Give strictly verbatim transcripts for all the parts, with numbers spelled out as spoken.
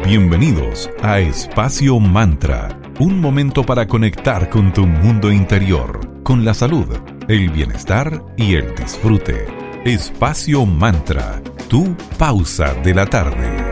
Bienvenidos a Espacio Mantra, un momento para conectar con tu mundo interior, con la salud, el bienestar y el disfrute. Espacio Mantra, tu pausa de la tarde.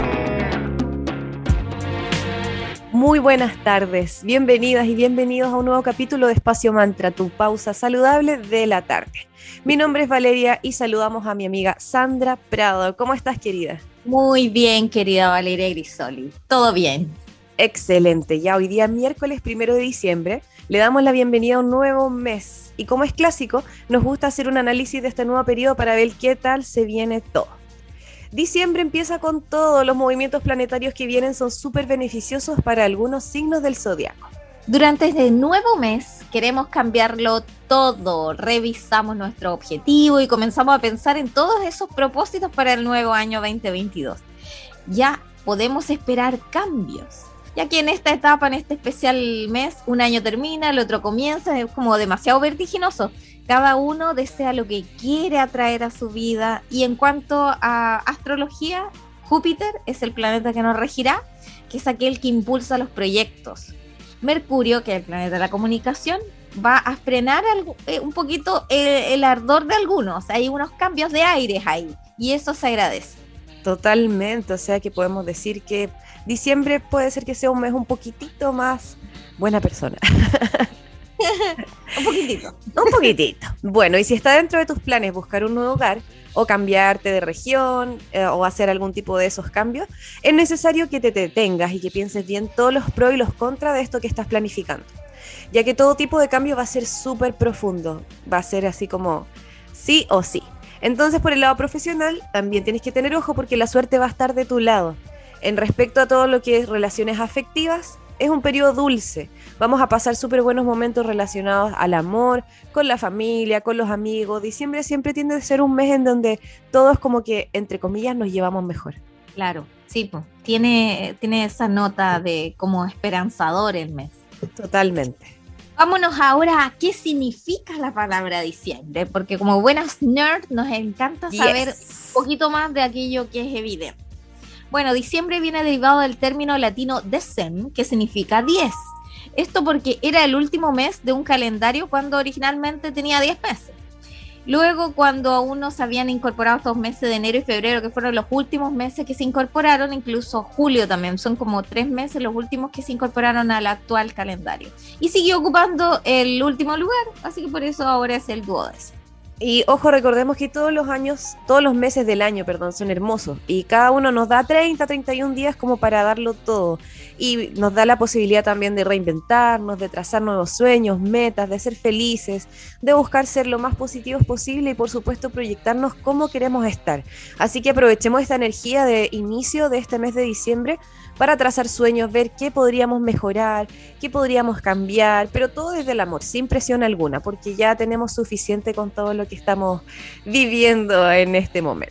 Muy buenas tardes, bienvenidas y bienvenidos a un nuevo capítulo de Espacio Mantra, tu pausa saludable de la tarde. Mi nombre es Valeria y saludamos a mi amiga Sandra Prado. ¿Cómo estás, querida? Muy bien, querida Valeria Grisoli. Todo bien. Excelente. Ya hoy día, miércoles primero de diciembre, le damos la bienvenida a un nuevo mes. Y como es clásico, nos gusta hacer un análisis de este nuevo periodo para ver qué tal se viene todo. Diciembre empieza con todo. Los movimientos planetarios que vienen son súper beneficiosos para algunos signos del zodiaco. Durante este nuevo mes queremos cambiarlo todo, revisamos nuestro objetivo y comenzamos a pensar en todos esos propósitos para el nuevo año veinte veintidós. Ya podemos esperar cambios, ya que en esta etapa, en este especial mes, un año termina, el otro comienza, es como demasiado vertiginoso. Cada uno desea lo que quiere atraer a su vida y en cuanto a astrología, Júpiter es el planeta que nos regirá, que es aquel que impulsa los proyectos. Mercurio, que es el planeta de la comunicación, va a frenar algo, eh, un poquito el, el ardor de algunos. Hay unos cambios de aires ahí y eso se agradece. Totalmente, o sea que podemos decir que diciembre puede ser que sea un mes un poquitito más buena persona. Un poquitito. Un poquitito. Bueno, y si está dentro de tus planes buscar un nuevo hogar o cambiarte de región eh, o hacer algún tipo de esos cambios, es necesario que te detengas y que pienses bien todos los pros y los contras de esto que estás planificando, ya que todo tipo de cambio va a ser súper profundo, va a ser así como sí o sí. Entonces, por el lado profesional, también tienes que tener ojo porque la suerte va a estar de tu lado. En respecto a todo lo que es relaciones afectivas, es un periodo dulce. Vamos a pasar súper buenos momentos relacionados al amor, con la familia, con los amigos. Diciembre siempre tiende a ser un mes en donde todos como que, entre comillas, nos llevamos mejor. Claro, sí, pues, tiene, tiene esa nota de como esperanzador el mes. Totalmente. Vámonos ahora a qué significa la palabra diciembre, porque como buenas nerds nos encanta saber yes. un poquito más de aquello que es evidente. Bueno, diciembre viene derivado del término latino decem, que significa diez. Esto porque era el último mes de un calendario cuando originalmente tenía diez meses. Luego, cuando aún no se habían incorporado estos meses de enero y febrero, que fueron los últimos meses que se incorporaron, incluso julio también, son como tres meses los últimos que se incorporaron al actual calendario. Y siguió ocupando el último lugar, así que por eso ahora es el duodécimo. Y ojo, recordemos que todos los años, todos los meses del año, perdón, son hermosos y cada uno nos da treinta, treinta y un días como para darlo todo y nos da la posibilidad también de reinventarnos, de trazar nuevos sueños, metas, de ser felices, de buscar ser lo más positivos posible y por supuesto proyectarnos cómo queremos estar. Así que aprovechemos esta energía de inicio de este mes de diciembre para trazar sueños, ver qué podríamos mejorar, qué podríamos cambiar, pero todo desde el amor, sin presión alguna, porque ya tenemos suficiente con todo lo que estamos viviendo en este momento.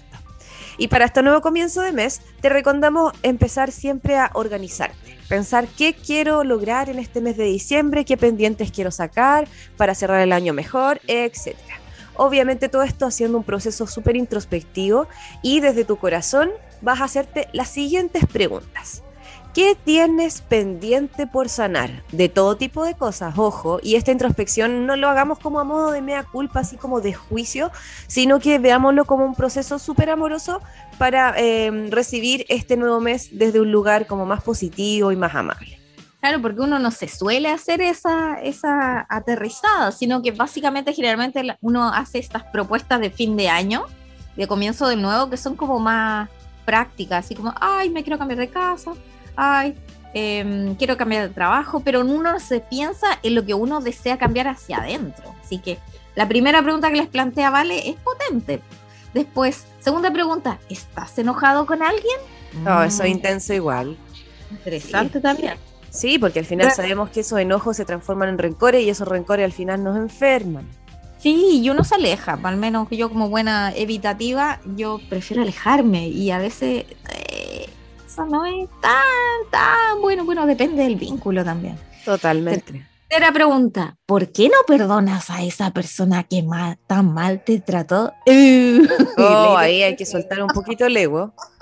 Y para este nuevo comienzo de mes, te recomendamos empezar siempre a organizarte, pensar qué quiero lograr en este mes de diciembre, qué pendientes quiero sacar para cerrar el año mejor, etcétera. Obviamente todo esto haciendo un proceso súper introspectivo y desde tu corazón vas a hacerte las siguientes preguntas. ¿Qué tienes pendiente por sanar? De todo tipo de cosas, ojo, y esta introspección no lo hagamos como a modo de mea culpa, así como de juicio, sino que veámoslo como un proceso súper amoroso para eh, recibir este nuevo mes desde un lugar como más positivo y más amable. Claro, porque uno no se suele hacer esa, esa aterrizada, sino que básicamente generalmente uno hace estas propuestas de fin de año, de comienzo del nuevo, que son como más prácticas, así como, ay, me quiero cambiar de casa, ay, eh, quiero cambiar de trabajo, pero uno no se piensa en lo que uno desea cambiar hacia adentro. Así que la primera pregunta que les plantea Vale es potente. Después, segunda pregunta, ¿estás enojado con alguien? No, oh, eso es intenso igual. Interesante sí. también. Sí, porque al final sabemos que esos enojos se transforman en rencores y esos rencores al final nos enferman. Sí, y uno se aleja, al menos yo como buena evitativa, yo prefiero alejarme y a veces... Eh, eso no es tan, tan bueno, bueno, depende del vínculo también. Totalmente. Tercera pregunta, ¿por qué no perdonas a esa persona que mal, tan mal te trató? Uh, oh, ahí hay que soltar un poquito el ego.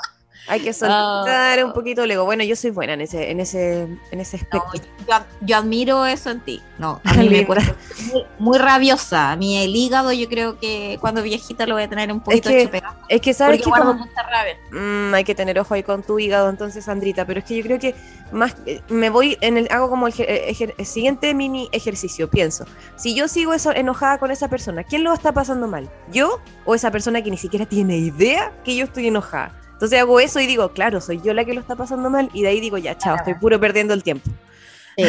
Hay que soltar Oh. un poquito el ego. Bueno, yo soy buena en ese, en ese, en ese No, aspecto. yo, yo admiro eso en ti. No, a mí me Lindo. cuesta. Muy, muy rabiosa. A mí el hígado, yo creo que cuando viejita lo voy a tener un poquito que- hecho pedazo, Es que sabes porque que guardo como, mucha rabia. mm, hay que tener ojo ahí con tu hígado, entonces, Sandrita. Pero es que yo creo que más eh, me voy en el hago como el, ejer- ejer- el siguiente mini ejercicio. Pienso, si yo sigo eso, enojada con esa persona, ¿quién lo está pasando mal? ¿Yo o esa persona que ni siquiera tiene idea que yo estoy enojada? Entonces hago eso y digo, claro, soy yo la que lo está pasando mal, y de ahí digo, ya, chao, estoy puro perdiendo el tiempo. Sí,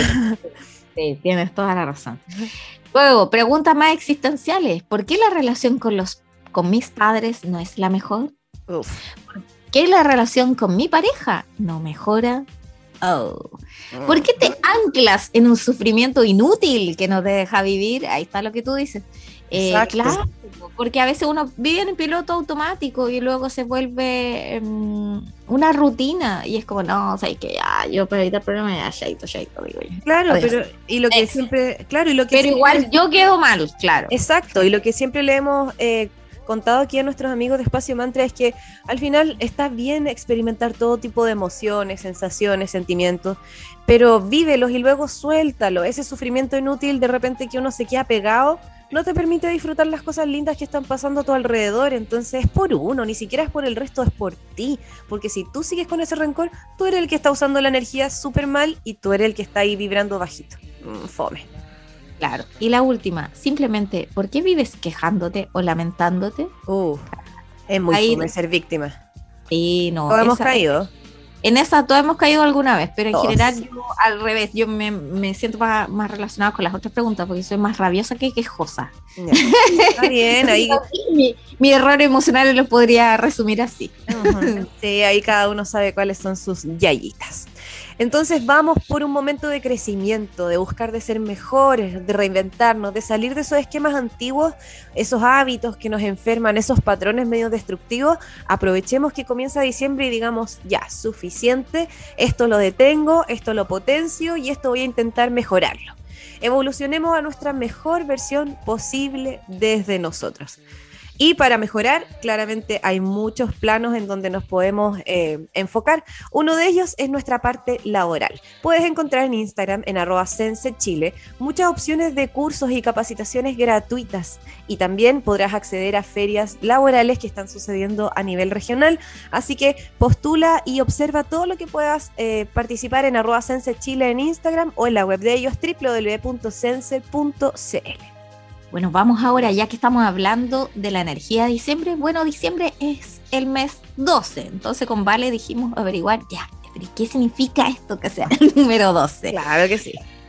sí, tienes toda la razón. Luego, preguntas más existenciales. ¿Por qué la relación con los con mis padres no es la mejor? Uf. ¿Por qué la relación con mi pareja no mejora? Oh. ¿Por qué te anclas en un sufrimiento inútil que no te deja vivir? Ahí está lo que tú dices. Eh, Exacto. claro, porque a veces uno vive en piloto automático y luego se vuelve um, una rutina y es como, no, o sea, que ya, yo para evitar problemas, ya, shaito, shaito, digo yo. Claro, Adiós. pero y lo que Ex. siempre, claro, y lo que Pero siempre- igual yo quedo mal, claro. exacto, y lo que siempre le hemos eh, contado aquí a nuestros amigos de Espacio Mantra es que al final está bien experimentar todo tipo de emociones, sensaciones, sentimientos, pero vívelos y luego suéltalo. Ese sufrimiento inútil de repente que uno se queda pegado no te permite disfrutar las cosas lindas que están pasando a tu alrededor. Entonces es por uno, ni siquiera es por el resto, es por ti. Porque si tú sigues con ese rencor, tú eres el que está usando la energía súper mal y tú eres el que está ahí vibrando bajito. Mm, fome. Claro. Y la última, simplemente, ¿por qué vives quejándote o lamentándote? Uh, es muy Ahí- fome ser víctima. Sí, no. Todos hemos esa- caído. En esa todos hemos caído alguna vez, pero en Todos. general yo al revés, yo me, me siento más, más relacionada con las otras preguntas porque soy más rabiosa que quejosa. Ya. Está bien, ahí, mi, mi error emocional lo podría resumir así. ujú, sí, ahí cada uno sabe cuáles son sus yayitas. Entonces vamos por un momento de crecimiento, de buscar de ser mejores, de reinventarnos, de salir de esos esquemas antiguos, esos hábitos que nos enferman, esos patrones medio destructivos. Aprovechemos que comienza diciembre y digamos, ya, suficiente, esto lo detengo, esto lo potencio y esto voy a intentar mejorarlo. Evolucionemos a nuestra mejor versión posible desde nosotros. Y para mejorar, claramente hay muchos planos en donde nos podemos eh, enfocar. Uno de ellos es nuestra parte laboral. Puedes encontrar en Instagram, en arroba sensechile, muchas opciones de cursos y capacitaciones gratuitas. Y también podrás acceder a ferias laborales que están sucediendo a nivel regional. Así que postula y observa todo lo que puedas eh, participar en arroba sensechile en Instagram o en la web de ellos, doble u doble u doble u punto sense punto c l. Bueno, vamos ahora, ya que estamos hablando de la energía de diciembre. Bueno, diciembre es el mes doce, entonces con Vale dijimos averiguar, ya, pero ¿qué significa esto que sea el número doce? Claro que sí.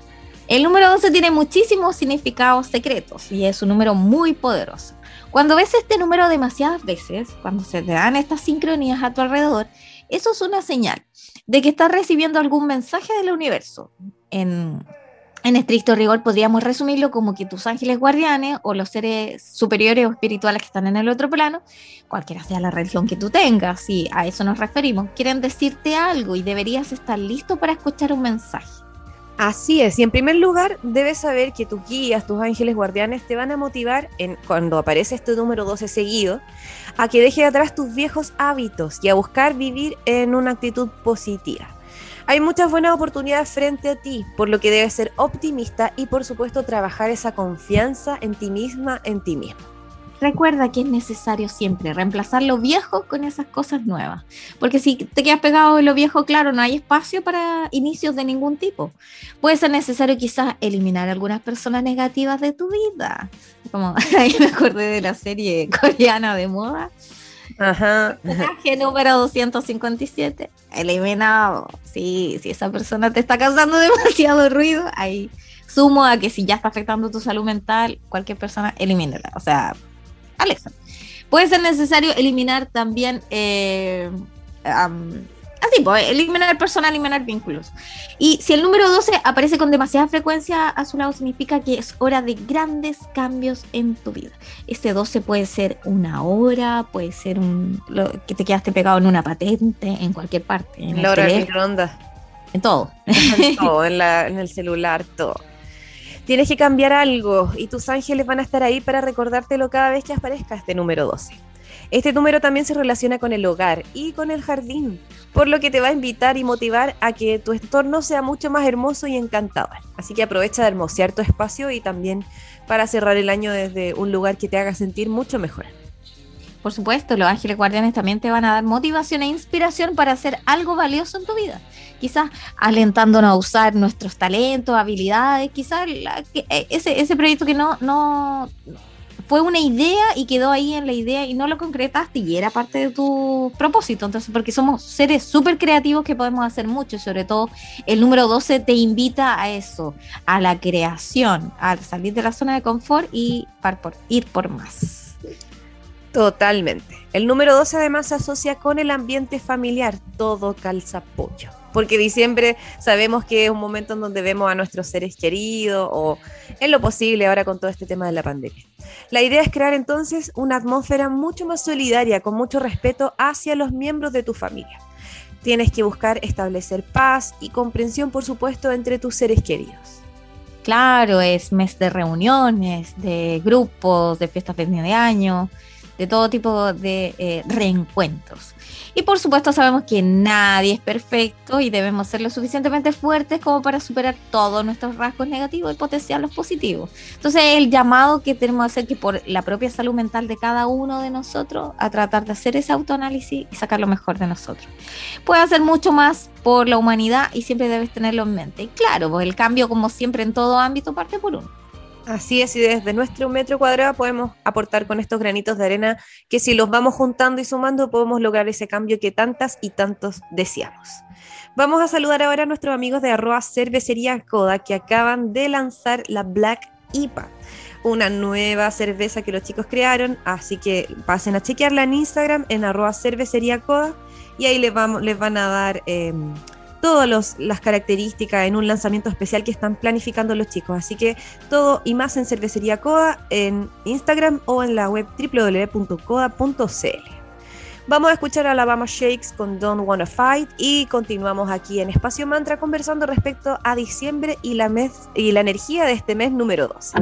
El número doce tiene muchísimos significados secretos y es un número muy poderoso. Cuando ves este número demasiadas veces, cuando se te dan estas sincronías a tu alrededor, eso es una señal de que estás recibiendo algún mensaje del universo. En, en estricto rigor podríamos resumirlo como que tus ángeles guardianes o los seres superiores o espirituales que están en el otro plano, cualquiera sea la religión que tú tengas, si a eso nos referimos, quieren decirte algo y deberías estar listo para escuchar un mensaje. Así es, y en primer lugar debes saber que tus guías, tus ángeles guardianes te van a motivar, en, cuando aparece este número doce seguido, a que dejes atrás tus viejos hábitos y a buscar vivir en una actitud positiva. Hay muchas buenas oportunidades frente a ti, por lo que debes ser optimista y por supuesto trabajar esa confianza en ti misma, en ti mismo. Recuerda que es necesario siempre reemplazar lo viejo con esas cosas nuevas, porque si te quedas pegado en lo viejo, claro, no hay espacio para inicios de ningún tipo. Puede ser necesario quizás eliminar algunas personas negativas de tu vida, como ahí me acordé de la serie coreana de moda. Ajá. Personaje número doscientos cincuenta y siete, eliminado. Sí, si esa persona te está causando demasiado ruido, ahí sumo a que si ya está afectando tu salud mental, cualquier persona, elimínala. O sea, Alexa. Puede ser necesario eliminar también, eh, um, así, pues, eliminar personas, eliminar vínculos. Y si el número doce aparece con demasiada frecuencia a su lado, significa que es hora de grandes cambios en tu vida. Este doce puede ser una hora, puede ser un, lo, que te quedaste pegado en una patente, en cualquier parte. En La el hora del teléfono, microondas, en todo. en todo, en, la, en el celular, todo. Tienes que cambiar algo y tus ángeles van a estar ahí para recordártelo cada vez que aparezca este número doce. Este número también se relaciona con el hogar y con el jardín, por lo que te va a invitar y motivar a que tu entorno sea mucho más hermoso y encantador. Así que aprovecha de hermosear tu espacio y también para cerrar el año desde un lugar que te haga sentir mucho mejor. Por supuesto, los ángeles guardianes también te van a dar motivación e inspiración para hacer algo valioso en tu vida. Quizás alentándonos a usar nuestros talentos, habilidades, quizás la, ese, ese proyecto que no, no fue una idea y quedó ahí en la idea y no lo concretaste y era parte de tu propósito. Entonces, porque somos seres súper creativos que podemos hacer mucho, sobre todo el número doce te invita a eso, a la creación, a salir de la zona de confort y para por, ir por más. Totalmente. El número doce además se asocia con el ambiente familiar, todo calza pollo. Porque diciembre sabemos que es un momento en donde vemos a nuestros seres queridos o en lo posible ahora con todo este tema de la pandemia. La idea es crear entonces una atmósfera mucho más solidaria, con mucho respeto hacia los miembros de tu familia. Tienes que buscar establecer paz y comprensión, por supuesto, entre tus seres queridos. Claro, es mes de reuniones, de grupos, de fiestas de fin de año, de todo tipo de eh, reencuentros. Y por supuesto sabemos que nadie es perfecto y debemos ser lo suficientemente fuertes como para superar todos nuestros rasgos negativos y potenciar los positivos. Entonces el llamado que tenemos que hacer, que por la propia salud mental de cada uno de nosotros, a tratar de hacer ese autoanálisis y sacar lo mejor de nosotros. Puede hacer mucho más por la humanidad y siempre debes tenerlo en mente. Y claro, pues el cambio, como siempre en todo ámbito, parte por uno. Así es, y desde nuestro metro cuadrado podemos aportar con estos granitos de arena que si los vamos juntando y sumando podemos lograr ese cambio que tantas y tantos deseamos. Vamos a saludar ahora a nuestros amigos de arroba cervecería Coda que acaban de lanzar la Black I P A, una nueva cerveza que los chicos crearon, así que pasen a chequearla en Instagram en arroba cervecería Coda y ahí les, vamos, les van a dar... Eh, todas las características en un lanzamiento especial que están planificando los chicos. Así que todo y más en Cervecería Coda, en Instagram o en la web doble u doble u doble u punto coda punto c l. Vamos a escuchar a Alabama Shakes con Don't Wanna Fight y continuamos aquí en Espacio Mantra conversando respecto a diciembre y la, mes, y la energía de este mes número doce.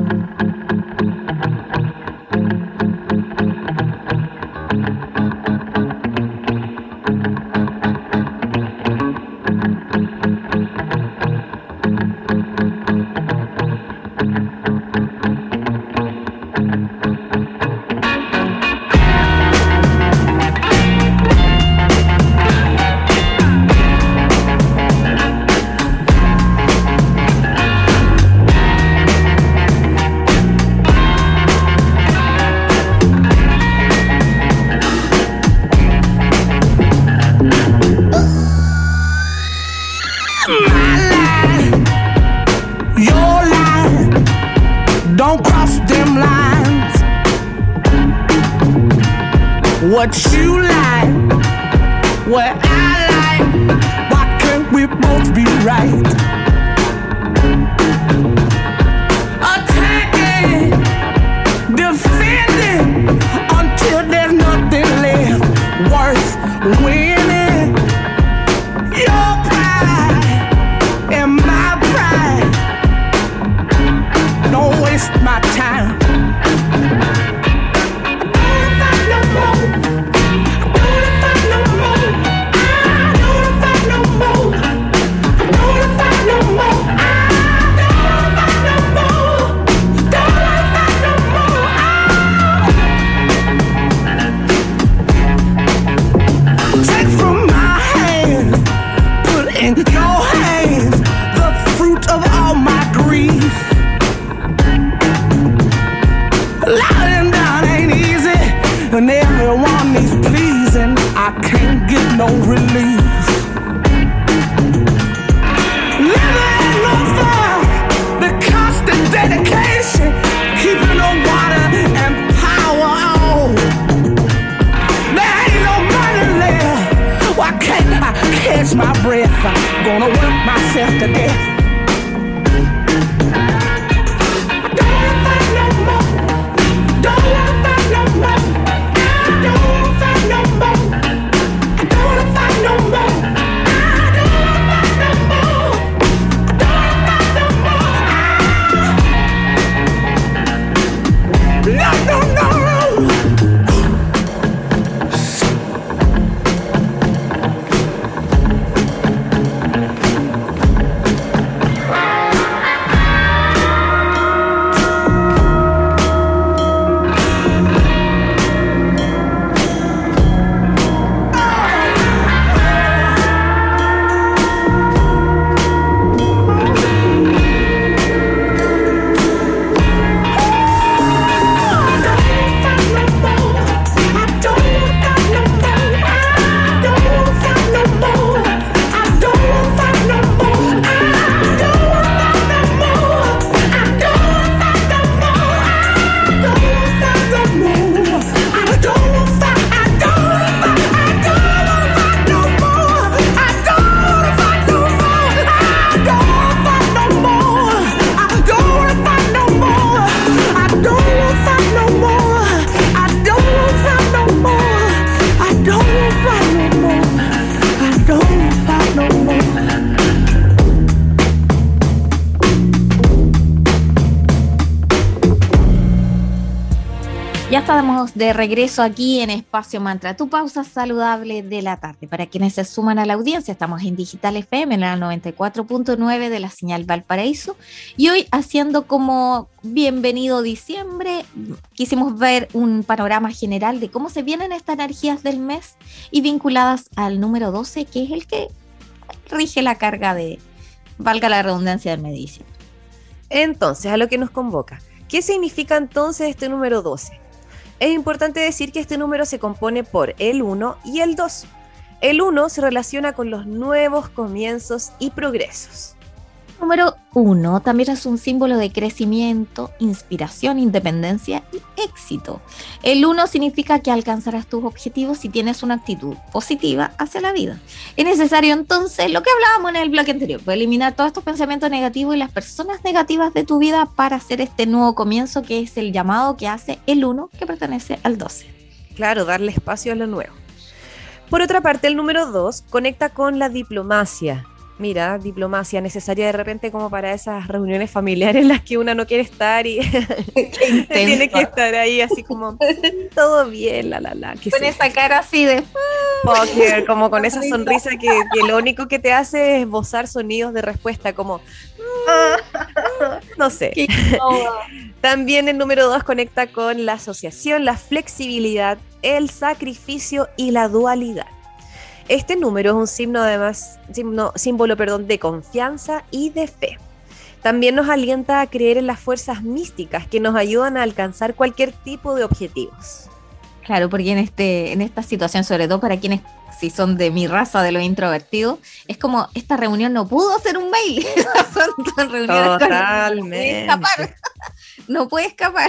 What you like, what I like, why can't we both be right? Attacking, defending, until there's nothing left worth winning. Your pride and my pride, don't waste my time. And everyone is pleasing, I can't get no relief. Living on fire, the constant dedication, keeping the water and power on. There ain't no money left, why can't I catch my breath? I'm gonna work myself to death. estamos de regreso aquí en Espacio Mantra, tu pausa saludable de la tarde. Para quienes se suman a la audiencia, estamos en Digital F M, en la noventa y cuatro punto nueve de la señal Valparaíso. Y hoy, haciendo como bienvenido diciembre, quisimos ver un panorama general de cómo se vienen estas energías del mes y vinculadas al número doce, que es el que rige la carga de, valga la redundancia, del mes de diciembre. Entonces, a lo que nos convoca. ¿Qué significa entonces este número doce? Es importante decir que este número se compone por el uno y el dos. El uno se relaciona con los nuevos comienzos y progresos. Número uno también es un símbolo de crecimiento, inspiración, independencia y éxito. El uno significa que alcanzarás tus objetivos si tienes una actitud positiva hacia la vida. Es necesario entonces, lo que hablábamos en el bloque anterior, pues eliminar todos estos pensamientos negativos y las personas negativas de tu vida para hacer este nuevo comienzo, que es el llamado que hace el uno, que pertenece al doce. Claro, darle espacio a lo nuevo. Por otra parte, el número dos conecta con la diplomacia. Mira, diplomacia necesaria de repente como para esas reuniones familiares en las que una no quiere estar y tiene que estar ahí así como todo bien, la la la. Con esa cara así de póker, como con esa sonrisa que, que lo único que te hace es esbozar sonidos de respuesta, como no sé. También el número dos conecta con la asociación, la flexibilidad, el sacrificio y la dualidad. Este número es un signo, además, signo, símbolo perdón, de confianza y de fe. También nos alienta a creer en las fuerzas místicas que nos ayudan a alcanzar cualquier tipo de objetivos. Claro, porque en este, en esta situación, sobre todo para quienes si son de mi raza, de los introvertidos, es como esta reunión no pudo hacer un mail. Son reuniones totalmente. No puede escapar. No puede escapar.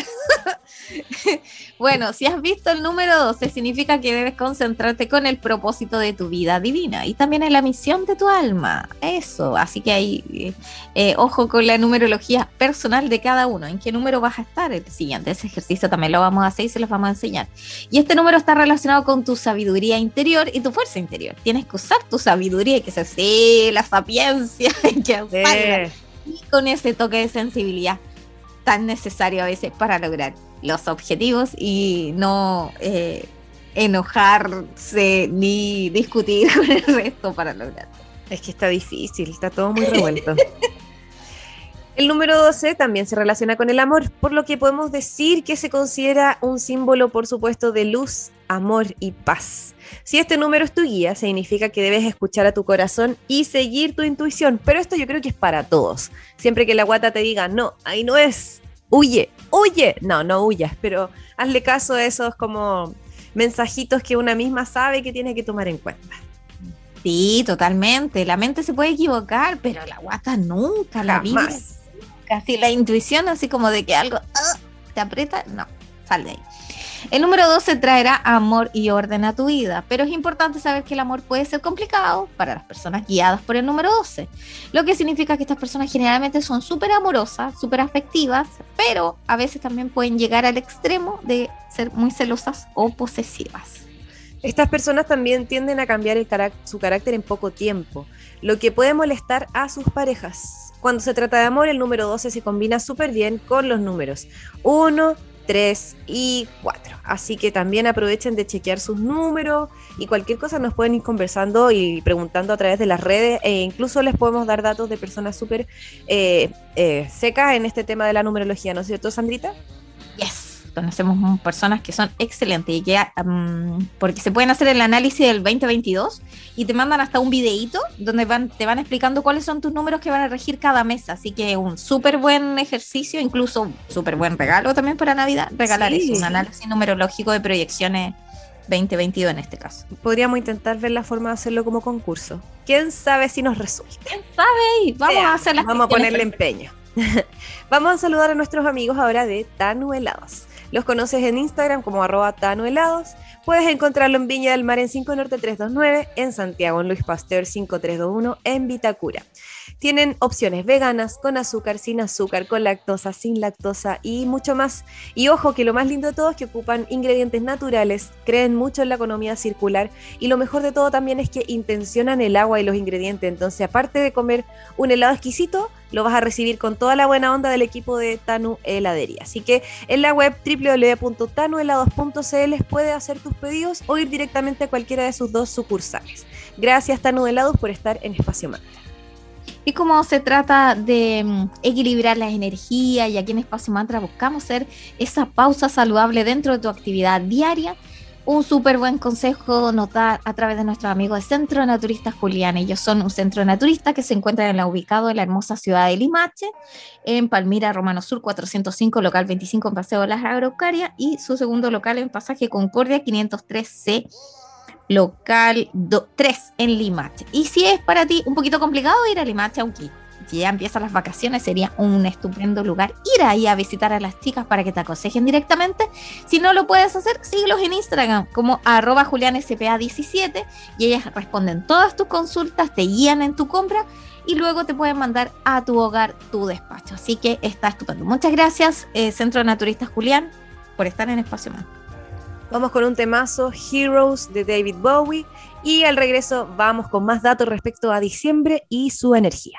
Bueno, si has visto el número doce, significa que debes concentrarte con el propósito de tu vida divina y también en la misión de tu alma. Eso, así que ahí, eh, eh, ojo con la numerología personal de cada uno. ¿En qué número vas a estar? El siguiente, ese ejercicio también lo vamos a hacer y se los vamos a enseñar. Y este número está relacionado con tu sabiduría interior y tu fuerza interior. Tienes que usar tu sabiduría, hay que ser, sí, la sapiencia, hay que usarla. Sí. Y con ese toque de sensibilidad tan necesario a veces para lograr los objetivos y no eh, enojarse ni discutir con el resto para lograrlo. Es que está difícil, está todo muy revuelto. El número doce también se relaciona con el amor, por lo que podemos decir que se considera un símbolo, por supuesto, de luz, amor y paz. Si este número es tu guía, significa que debes escuchar a tu corazón y seguir tu intuición, pero esto yo creo que es para todos. Siempre que la guata te diga, no, ahí no es, huye, huye. No, no huyas, pero hazle caso a esos como mensajitos que una misma sabe que tiene que tomar en cuenta. Sí, totalmente. La mente se puede equivocar, pero la guata nunca, la vida. Casi la intuición, así como de que algo uh, te aprieta, no, sal de ahí. El número doce traerá amor y orden a tu vida, pero es importante saber que el amor puede ser complicado para las personas guiadas por el número doce, lo que significa que estas personas generalmente son súper amorosas, súper afectivas, pero a veces también pueden llegar al extremo de ser muy celosas o posesivas. Estas personas también tienden a cambiar el carac- su carácter en poco tiempo, lo que puede molestar a sus parejas. Cuando se trata de amor, el número doce se combina súper bien con los números uno, tres y cuatro. Así que también aprovechen de chequear sus números y cualquier cosa nos pueden ir conversando y preguntando a través de las redes e incluso les podemos dar datos de personas súper eh, eh, secas en este tema de la numerología, ¿no es cierto, Sandrita? Yes. Conocemos personas que son excelentes y que um, porque se pueden hacer el análisis del veinte veintidós y te mandan hasta un videíto donde van, te van explicando cuáles son tus números que van a regir cada mes, así que un súper buen ejercicio, incluso un súper buen regalo también para Navidad, regalar sí. eso, un análisis numerológico de proyecciones veinte veintidós en este caso. Podríamos intentar ver la forma de hacerlo como concurso. ¿Quién sabe si nos resulta? ¿Quién sabe? Vamos Sea, a hacer las Vamos a ponerle empeño. Vamos a saludar a nuestros amigos ahora de Tanu Helados. Los conoces en Instagram como arroba Tanu Helados. Puedes encontrarlo en Viña del Mar en cinco Norte trescientos veintinueve, en Santiago en Luis Pasteur cinco tres dos uno, en Vitacura. Tienen opciones veganas, con azúcar, sin azúcar, con lactosa, sin lactosa y mucho más. Y ojo, que lo más lindo de todo es que ocupan ingredientes naturales, creen mucho en la economía circular y lo mejor de todo también es que intencionan el agua y los ingredientes. Entonces, aparte de comer un helado exquisito, lo vas a recibir con toda la buena onda del equipo de Tanu Heladería. Así que en la web doble u doble u doble u punto tanu helados punto c l puedes hacer tus pedidos o ir directamente a cualquiera de sus dos sucursales. Gracias, Tanu Helados, por estar en Espacio Mantra. Y como se trata de um, equilibrar las energías, y aquí en Espacio Mantra buscamos hacer esa pausa saludable dentro de tu actividad diaria, un súper buen consejo nos da a través de nuestros amigos de Centro Naturista Julián. Ellos son un centro naturista que se encuentra en la ubicado en la hermosa ciudad de Limache, en Palmira, Romano Sur cuatrocientos cinco, local veinticinco en Paseo de las Araucarias, y su segundo local en Pasaje Concordia quinientos tres C, local tres en Limache. Y si es para ti un poquito complicado ir a Limache, aunque ya empiezan las vacaciones, sería un estupendo lugar ir ahí a visitar a las chicas para que te aconsejen directamente. Si no lo puedes hacer, síguelos en Instagram como arroba julian s p a diecisiete, y ellas responden todas tus consultas, te guían en tu compra y luego te pueden mandar a tu hogar tu despacho. Así que está estupendo. Muchas gracias, eh, Centro Naturista Julián, por estar en Espacio Man. Vamos con un temazo, Heroes, de David Bowie, y al regreso vamos con más datos respecto a diciembre y su energía.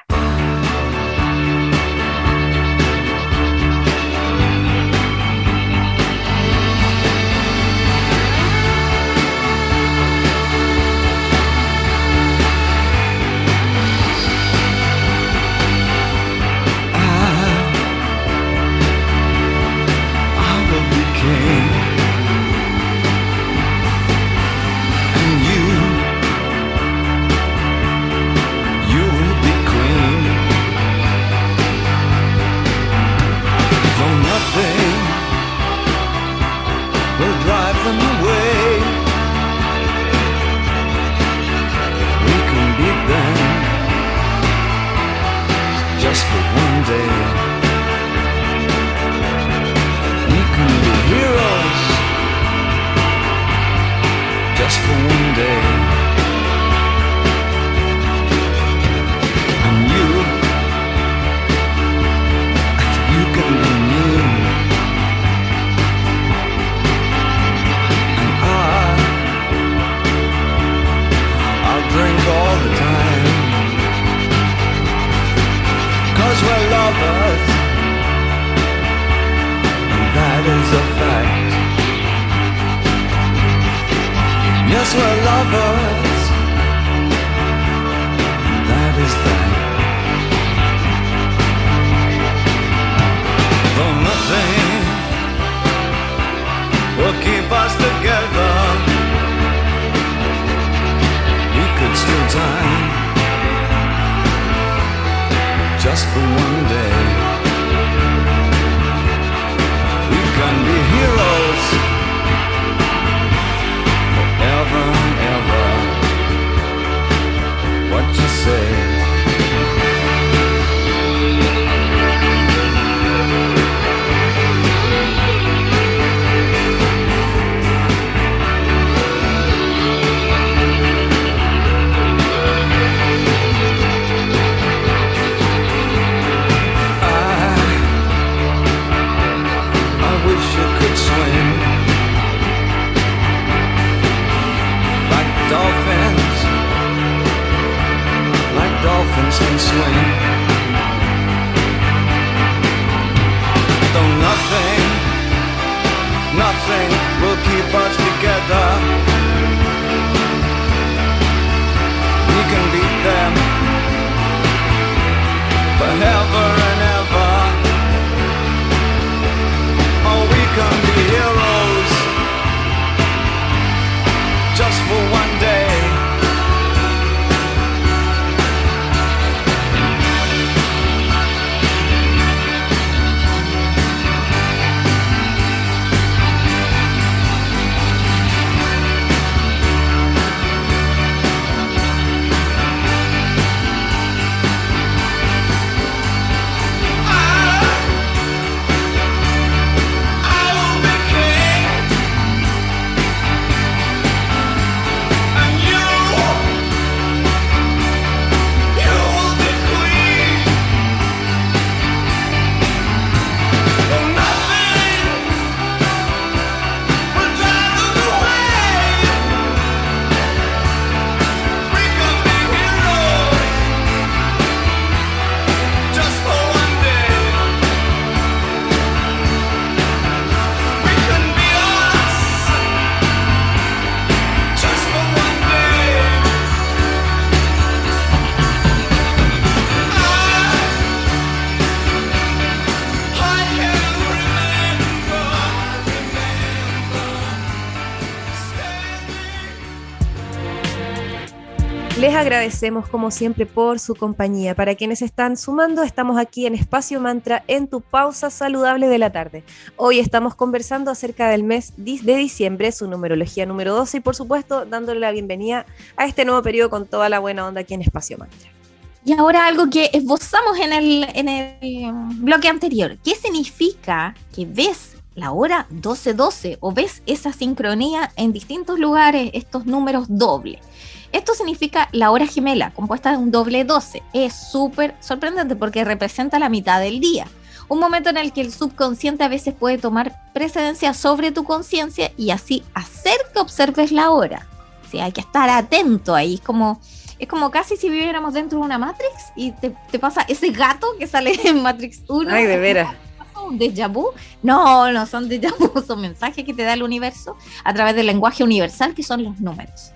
Les agradecemos como siempre por su compañía. Para quienes están sumando, estamos aquí en Espacio Mantra en tu pausa saludable de la tarde. Hoy estamos conversando acerca del mes de diciembre, su numerología número doce y por supuesto dándole la bienvenida a este nuevo periodo con toda la buena onda aquí en Espacio Mantra. Y ahora algo que esbozamos en el, en el bloque anterior. ¿Qué significa que ves la hora doce doce o ves esa sincronía en distintos lugares, estos números dobles? Esto significa la hora gemela, compuesta de un doble doce. Es súper sorprendente porque representa la mitad del día. Un momento en el que el subconsciente a veces puede tomar precedencia sobre tu conciencia y así hacer que observes la hora. Sí, hay que estar atento ahí. Es como, es como casi si viviéramos dentro de una Matrix y te, te pasa ese gato que sale en Matrix uno. Ay, de veras. ¿Un déjà vu? No, no son déjà vu, son mensajes que te da el universo a través del lenguaje universal que son los números.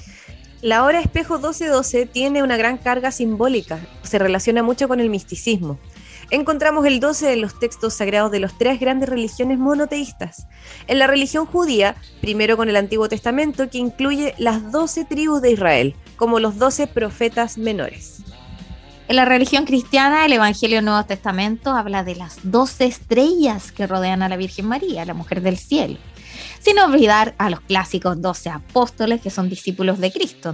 La hora espejo doce doce tiene una gran carga simbólica, se relaciona mucho con el misticismo. Encontramos el doce en los textos sagrados de las tres grandes religiones monoteístas. En la religión judía, primero con el Antiguo Testamento, que incluye las doce tribus de Israel, como los doce profetas menores. En la religión cristiana, el Evangelio del Nuevo Testamento habla de las doce estrellas que rodean a la Virgen María, la mujer del cielo. Sin olvidar a los clásicos doce apóstoles que son discípulos de Cristo.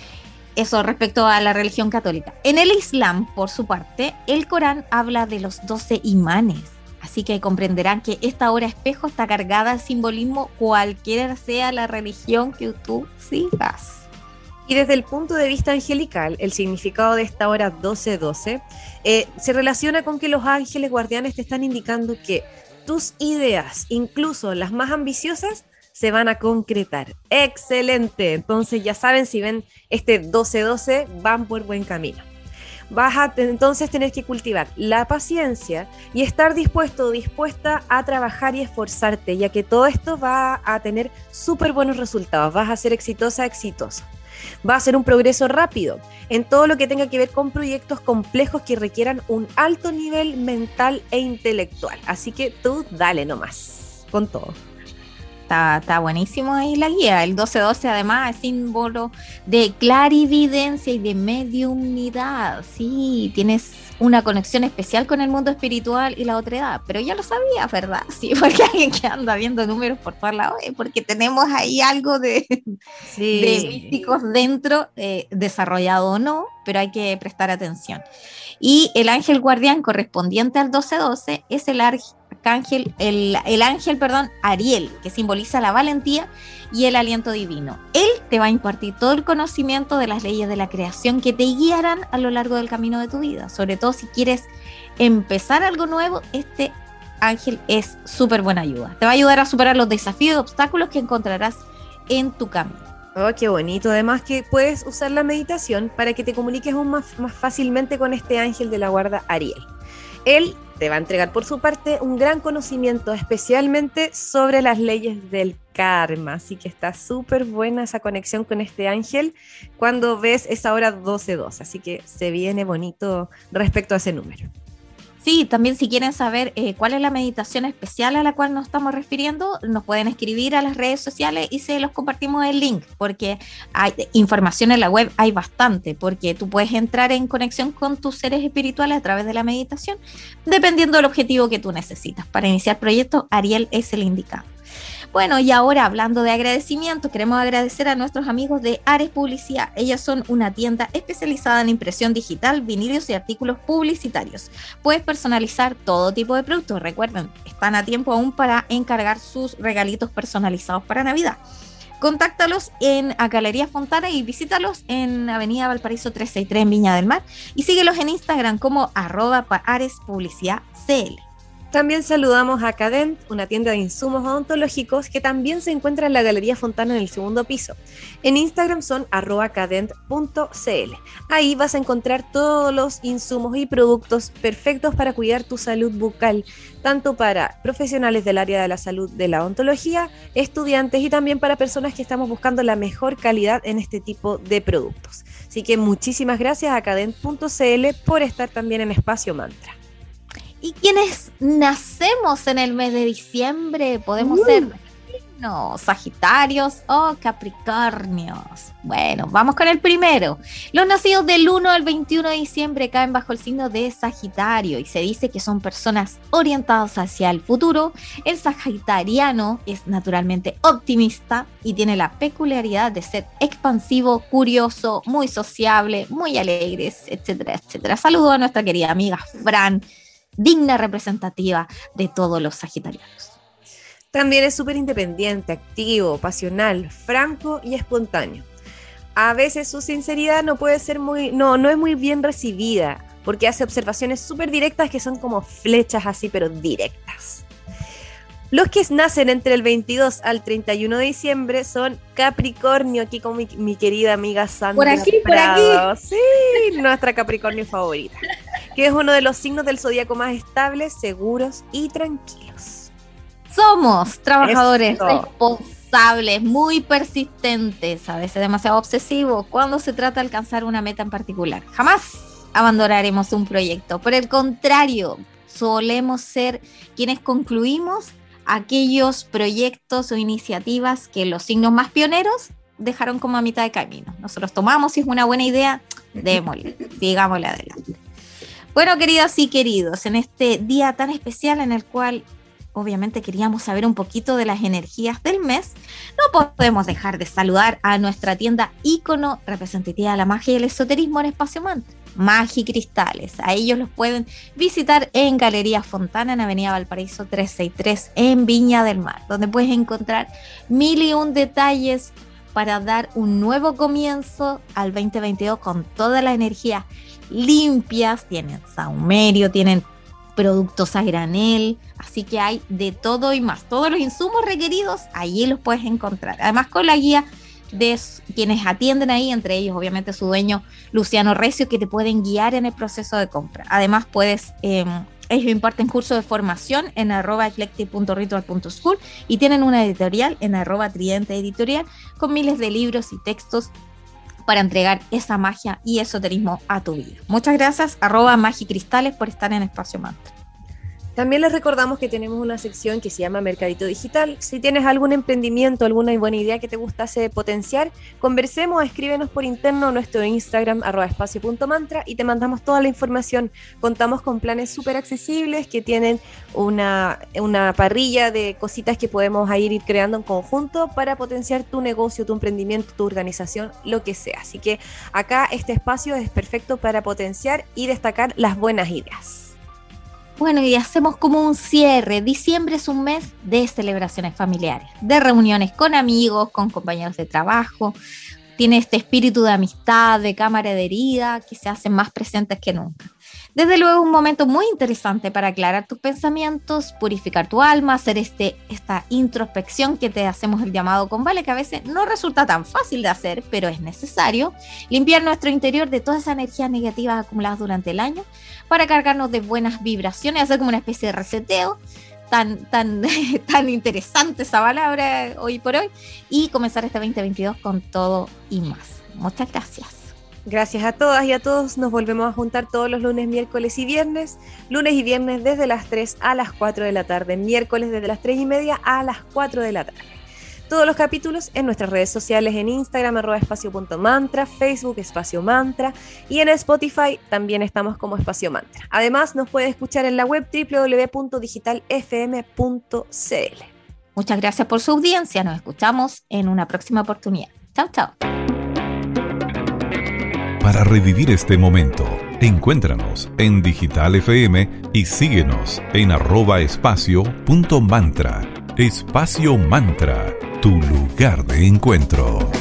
Eso respecto a la religión católica. En el Islam, por su parte, el Corán habla de los doce imanes. Así que comprenderán que esta hora espejo está cargada de simbolismo cualquiera sea la religión que tú sigas. Y desde el punto de vista angelical, el significado de esta hora doce doce eh, se relaciona con que los ángeles guardianes te están indicando que tus ideas, incluso las más ambiciosas, se van a concretar. ¡Excelente! Entonces ya saben, si ven este doce doce, van por buen camino. Vas a entonces tener que cultivar la paciencia y estar dispuesto o dispuesta a trabajar y esforzarte, ya que todo esto va a tener súper buenos resultados. Vas a ser exitosa, exitoso. Va a ser un progreso rápido en todo lo que tenga que ver con proyectos complejos que requieran un alto nivel mental e intelectual. Así que tú dale nomás, con todo. Está, está buenísimo ahí la guía. El doce doce además es símbolo de clarividencia y de mediumnidad. Sí, tienes una conexión especial con el mundo espiritual y la otredad. Pero ya lo sabías, ¿verdad? Sí, porque alguien que anda viendo números por todos lados, porque tenemos ahí algo de, sí. de místicos dentro, eh, desarrollado o no, pero hay que prestar atención. Y el ángel guardián correspondiente al doce doce es el arcángel, el, el ángel, perdón, Ariel, que simboliza la valentía y el aliento divino. Él te va a impartir todo el conocimiento de las leyes de la creación que te guiarán a lo largo del camino de tu vida. Sobre todo si quieres empezar algo nuevo, este ángel es súper buena ayuda. Te va a ayudar a superar los desafíos y obstáculos que encontrarás en tu camino. Oh, qué bonito. Además que puedes usar la meditación para que te comuniques aún más, más fácilmente con este ángel de la guarda Ariel. Él te va a entregar por su parte un gran conocimiento, especialmente sobre las leyes del karma. Así que está súper buena esa conexión con este ángel cuando ves esa hora doce doce. Así que se viene bonito respecto a ese número. Sí, también si quieren saber eh, cuál es la meditación especial a la cual nos estamos refiriendo, nos pueden escribir a las redes sociales y se los compartimos el link, porque hay información en la web, hay bastante, porque tú puedes entrar en conexión con tus seres espirituales a través de la meditación, dependiendo del objetivo que tú necesitas. Para iniciar proyectos, Ariel es el indicado. Bueno, y ahora hablando de agradecimiento, queremos agradecer a nuestros amigos de Ares Publicidad. Ellas son una tienda especializada en impresión digital, vinilos y artículos publicitarios. Puedes personalizar todo tipo de productos. Recuerden, están a tiempo aún para encargar sus regalitos personalizados para Navidad. Contáctalos en a Galería Fontana y visítalos en Avenida Valparaíso trescientos sesenta y tres en Viña del Mar. Y síguelos en Instagram como arroba Ares Publicidad C L. También saludamos a Cadent, una tienda de insumos odontológicos que también se encuentra en la Galería Fontana en el segundo piso. En Instagram son arroba cadent punto c l. Ahí vas a encontrar todos los insumos y productos perfectos para cuidar tu salud bucal, tanto para profesionales del área de la salud de la odontología, estudiantes y también para personas que estamos buscando la mejor calidad en este tipo de productos. Así que muchísimas gracias a cadent punto c l por estar también en Espacio Mantra. Y quienes nacemos en el mes de diciembre podemos uh. ser No, Sagitarios o Capricornios. Bueno, vamos con el primero. Los nacidos del uno al veintiuno de diciembre caen bajo el signo de Sagitario y se dice que son personas orientadas hacia el futuro. El sagitariano es naturalmente optimista y tiene la peculiaridad de ser expansivo, curioso, muy sociable, muy alegres, etcétera, etcétera. Saludo a nuestra querida amiga Fran, digna representativa de todos los sagitarianos. También es súper independiente, activo, pasional, franco y espontáneo. A veces su sinceridad no puede ser muy, no, no es muy bien recibida, porque hace observaciones súper directas que son como flechas así, pero directas. Los que nacen entre el veintidós al treinta y uno de diciembre son Capricornio, aquí con mi, mi querida amiga Sandra Por aquí, Prado. por aquí. Sí, nuestra Capricornio favorita, que es uno de los signos del zodíaco más estables, seguros y tranquilos. Somos trabajadores Eso. responsables, muy persistentes, a veces demasiado obsesivos cuando se trata de alcanzar una meta en particular. Jamás abandonaremos un proyecto. Por el contrario, solemos ser quienes concluimos aquellos proyectos o iniciativas que los signos más pioneros dejaron como a mitad de camino. Nosotros tomamos, si es una buena idea, démosle, sigámosle adelante. Bueno, queridas y queridos, en este día tan especial en el cual obviamente queríamos saber un poquito de las energías del mes, no podemos dejar de saludar a nuestra tienda ícono representativa de la magia y el esoterismo en Espacio Mantra, Magia y Cristales. A ellos los pueden visitar en Galería Fontana, en Avenida Valparaíso trescientos sesenta y tres, en Viña del Mar, donde puedes encontrar mil y un detalles para dar un nuevo comienzo al veinte veintidós con todas las energías limpias. Tienen saumerio, tienen productos a granel, así que hay de todo y más. Todos los insumos requeridos, allí los puedes encontrar. Además, con la guía de quienes atienden ahí, entre ellos, obviamente, su dueño Luciano Recio, que te pueden guiar en el proceso de compra. Además, puedes, eh, ellos imparten cursos de formación en arroba eclectic punto ritual punto school y tienen una editorial en arroba tridente editorial con miles de libros y textos para entregar esa magia y esoterismo a tu vida. Muchas gracias, arroba Magia y Cristales, por estar en Espacio Mantra. También les recordamos que tenemos una sección que se llama Mercadito Digital. Si tienes algún emprendimiento, alguna buena idea que te gustase potenciar, conversemos, escríbenos por interno a nuestro Instagram, arroba espacio punto mantra, y te mandamos toda la información. Contamos con planes súper accesibles que tienen una, una parrilla de cositas que podemos ir, ir creando en conjunto para potenciar tu negocio, tu emprendimiento, tu organización, lo que sea. Así que acá este espacio es perfecto para potenciar y destacar las buenas ideas. Bueno, y hacemos como un cierre. Diciembre es un mes de celebraciones familiares, de reuniones con amigos, con compañeros de trabajo. Tiene este espíritu de amistad, de camaradería, que se hacen más presentes que nunca. Desde luego, un momento muy interesante para aclarar tus pensamientos, purificar tu alma, hacer este, esta introspección que te hacemos el llamado con Vale, que a veces no resulta tan fácil de hacer, pero es necesario. Limpiar nuestro interior de todas esas energías negativas acumuladas durante el año para cargarnos de buenas vibraciones, hacer como una especie de reseteo. Tan, tan, tan interesante esa palabra hoy por hoy, y comenzar este veinte veintidós con todo y más. Muchas gracias. Gracias a todas y a todos. Nos volvemos a juntar todos los lunes, miércoles y viernes. Lunes y viernes desde las tres a las cuatro de la tarde. Miércoles desde las tres y media a las cuatro de la tarde. Todos los capítulos en nuestras redes sociales, en Instagram, arroba espacio punto mantra, Facebook, Espacio Mantra, y en Spotify también estamos como Espacio Mantra. Además, nos puede escuchar en la web doble u doble u doble u punto digital f m punto c l. Muchas gracias por su audiencia. Nos escuchamos en una próxima oportunidad. Chao, chao. Para revivir este momento, encuéntranos en Digital F M y síguenos en arroba espacio punto mantra. Espacio Mantra, tu lugar de encuentro.